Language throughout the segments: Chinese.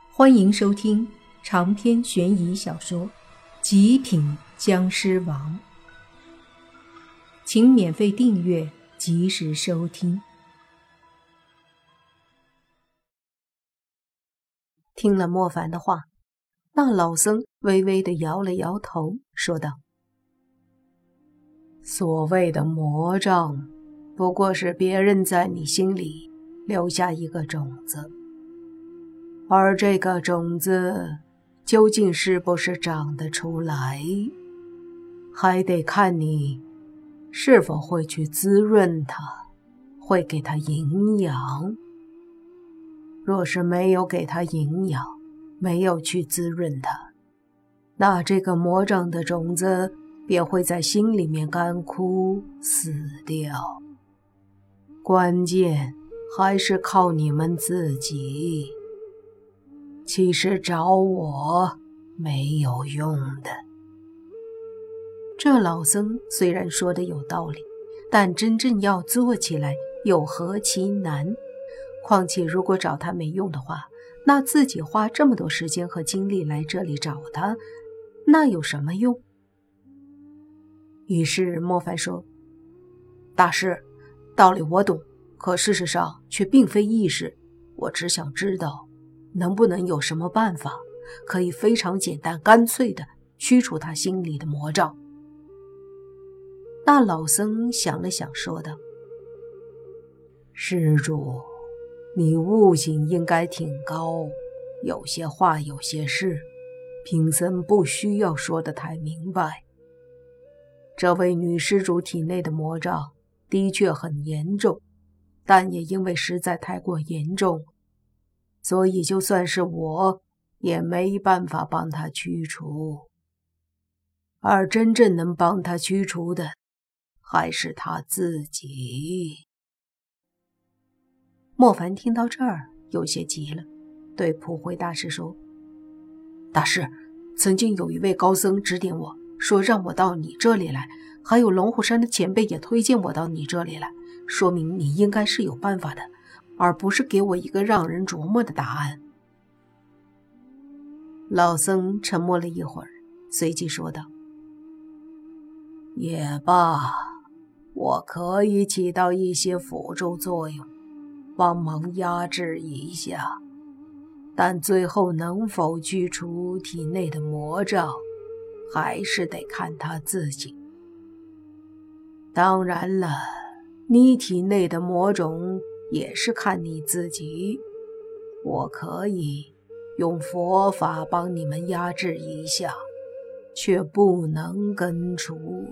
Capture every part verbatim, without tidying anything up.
欢迎收听长篇悬疑小说《极品僵尸王》，请免费订阅，及时收听。听了莫凡的话，那老僧微微地摇了摇头，说道：所谓的魔障，不过是别人在你心里留下一个种子，而这个种子究竟是不是长得出来，还得看你是否会去滋润它，会给它营养。若是没有给它营养，没有去滋润它，那这个魔障的种子便会在心里面干枯死掉。关键还是靠你们自己。其实找我没有用的。这老僧虽然说的有道理，但真正要做起来又何其难。况且如果找他没用的话，那自己花这么多时间和精力来这里找他，那有什么用？于是莫凡说：大师，道理我懂，可事实上却并非易事。我只想知道能不能有什么办法可以非常简单干脆地驱除他心里的魔障。那老僧想了想说道：施主，你悟性应该挺高，有些话有些事贫僧不需要说得太明白。这位女施主体内的魔障的确很严重，但也因为实在太过严重，所以就算是我也没办法帮她驱除。而真正能帮她驱除的还是她自己。莫凡听到这儿有些急了，对普慧大师说：大师，曾经有一位高僧指点我，说让我到你这里来，还有龙虎山的前辈也推荐我到你这里来，说明你应该是有办法的，而不是给我一个让人琢磨的答案。老僧沉默了一会儿，随即说道：也罢，我可以起到一些辅助作用，帮忙压制一下，但最后能否驱除体内的魔障，还是得看他自己。当然了，你体内的魔种也是看你自己，我可以用佛法帮你们压制一下，却不能根除。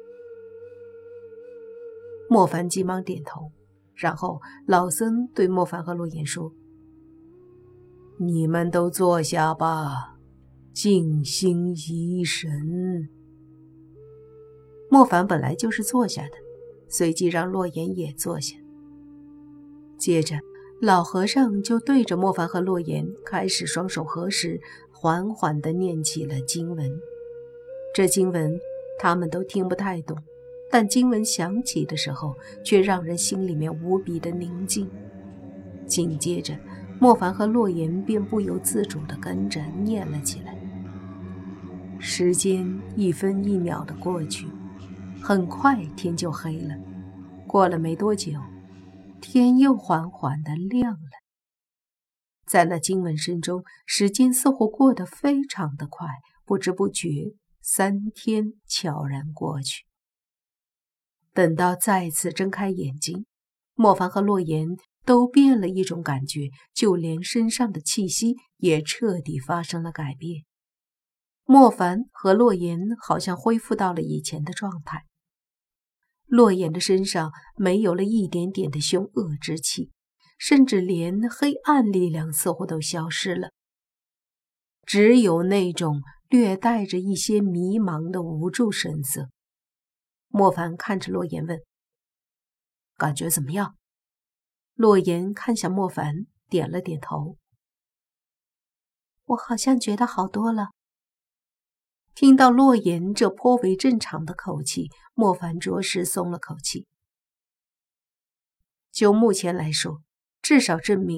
莫凡急忙点头，然后老僧对莫凡和洛言说：你们都坐下吧，静心怡神。莫凡本来就是坐下的，随即让洛言也坐下。接着老和尚就对着莫凡和洛言开始双手合十，缓缓地念起了经文。这经文他们都听不太懂，但经文响起的时候却让人心里面无比的宁静。紧接着莫凡和洛言便不由自主地跟着念了起来。时间一分一秒地过去，很快天就黑了。过了没多久，天又缓缓地亮了。在那经文声中，时间似乎过得非常的快，不知不觉三天悄然过去。等到再次睁开眼睛，莫凡和洛言都变了一种感觉，就连身上的气息也彻底发生了改变。莫凡和洛言好像恢复到了以前的状态。洛言的身上没有了一点点的凶恶之气，甚至连黑暗力量似乎都消失了，只有那种略带着一些迷茫的无助神色。莫凡看着洛言问：感觉怎么样？洛言看向莫凡，点了点头：我好像觉得好多了。听到洛言这颇为正常的口气，莫凡着实松了口气。就目前来说，至少证明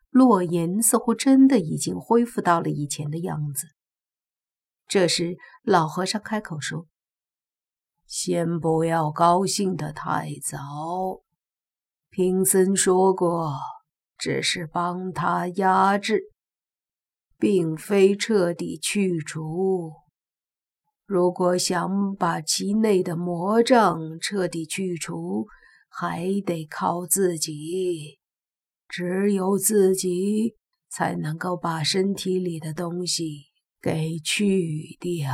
洛言似乎真的已经恢复到了以前的样子。这时老和尚开口说：“先不要高兴得太早，贫僧说过，只是帮他压制，并非彻底去除。如果想把其内的魔障彻底去除，还得靠自己。只有自己才能够把身体里的东西给去掉。”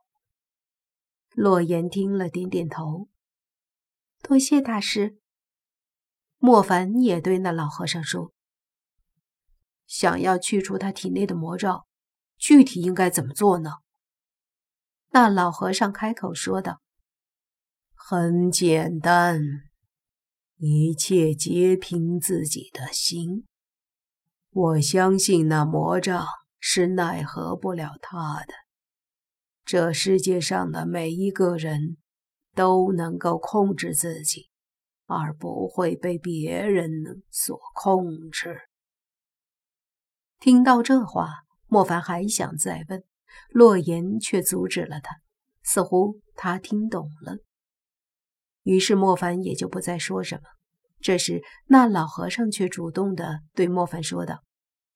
洛言听了点点头：“多谢大师。”莫凡也对那老和尚说：“想要去除他体内的魔障，具体应该怎么做呢？”那老和尚开口说道：“很简单，一切皆凭自己的心。我相信那魔障是奈何不了他的。这世界上的每一个人都能够控制自己，而不会被别人所控制。”听到这话，莫凡还想再问，洛言却阻止了他，似乎他听懂了。于是莫凡也就不再说什么。这时那老和尚却主动地对莫凡说道：“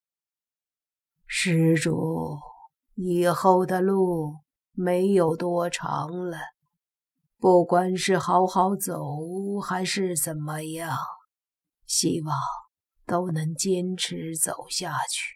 施主，以后的路没有多长了，不管是好好走还是怎么样，希望都能坚持走下去。”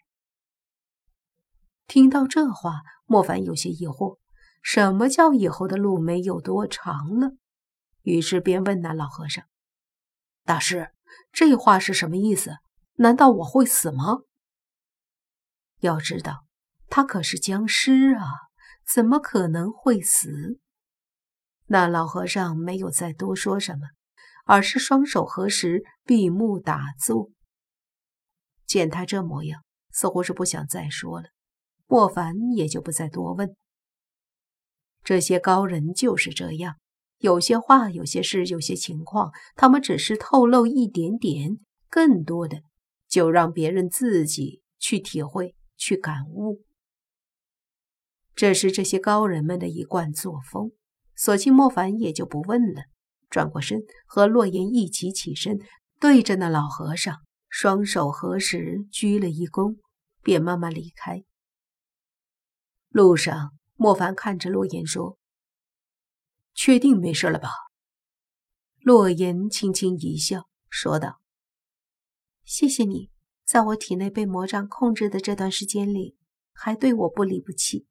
听到这话，莫凡有些疑惑，什么叫以后的路没有多长了？于是便问那老和尚：“大师，这话是什么意思？难道我会死吗？”要知道，他可是僵尸啊，怎么可能会死？那老和尚没有再多说什么，而是双手合十，闭目打坐。见他这模样，似乎是不想再说了，莫凡也就不再多问。这些高人就是这样，有些话，有些事，有些情况，他们只是透露一点点，更多的就让别人自己去体会，去感悟。这是这些高人们的一贯作风，索性莫凡也就不问了，转过身和洛言一起起身，对着那老和尚双手合十，鞠了一躬，便慢慢离开。路上，莫凡看着洛言说：“确定没事了吧？”洛言轻轻一笑，说道：“谢谢你，在我体内被魔障控制的这段时间里，还对我不离不弃。”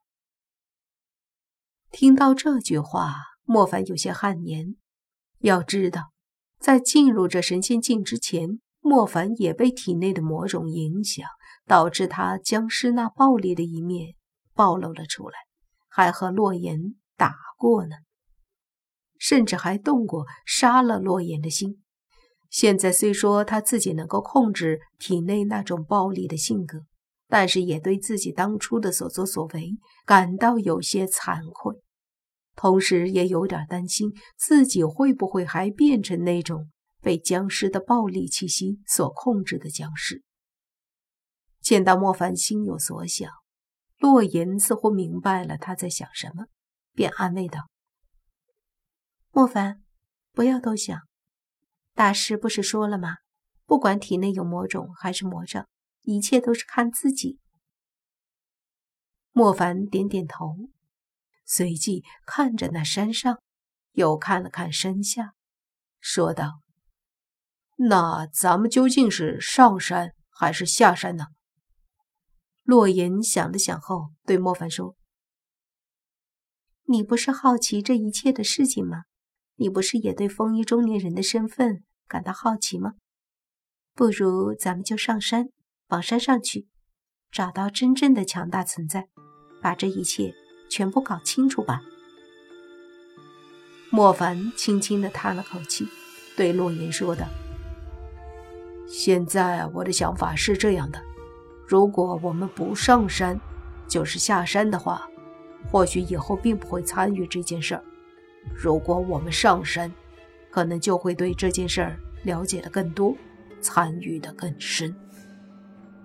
听到这句话，莫凡有些汗颜。要知道，在进入这神仙境之前，莫凡也被体内的某种影响，导致他僵尸那暴力的一面暴露了出来，还和洛言打过呢，甚至还动过杀了洛言的心。现在虽说他自己能够控制体内那种暴力的性格，但是也对自己当初的所作所为感到有些惭愧，同时也有点担心自己会不会还变成那种被僵尸的暴力气息所控制的僵尸。见到莫凡心有所想，洛言似乎明白了他在想什么，便安慰道：“莫凡，不要多想，大师不是说了吗？不管体内有魔种还是魔障，一切都是看自己。”莫凡点点头，随即看着那山上，又看了看山下，说道：“那咱们究竟是上山还是下山呢？”洛言想了想后，对莫凡说：“你不是好奇这一切的事情吗？你不是也对风衣中年人的身份感到好奇吗？不如咱们就上山，往山上去，找到真正的强大存在，把这一切全部搞清楚吧。”莫凡轻轻地叹了口气，对洛言说道：“现在我的想法是这样的，如果我们不上山，就是下山的话，或许以后并不会参与这件事儿。如果我们上山，可能就会对这件事儿了解的更多，参与的更深。”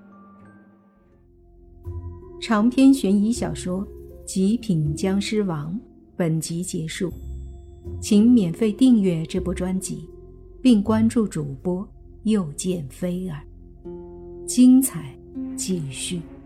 长篇悬疑小说《极品僵尸王》本集结束，请免费订阅这部专辑，并关注主播又见菲儿，精彩继续。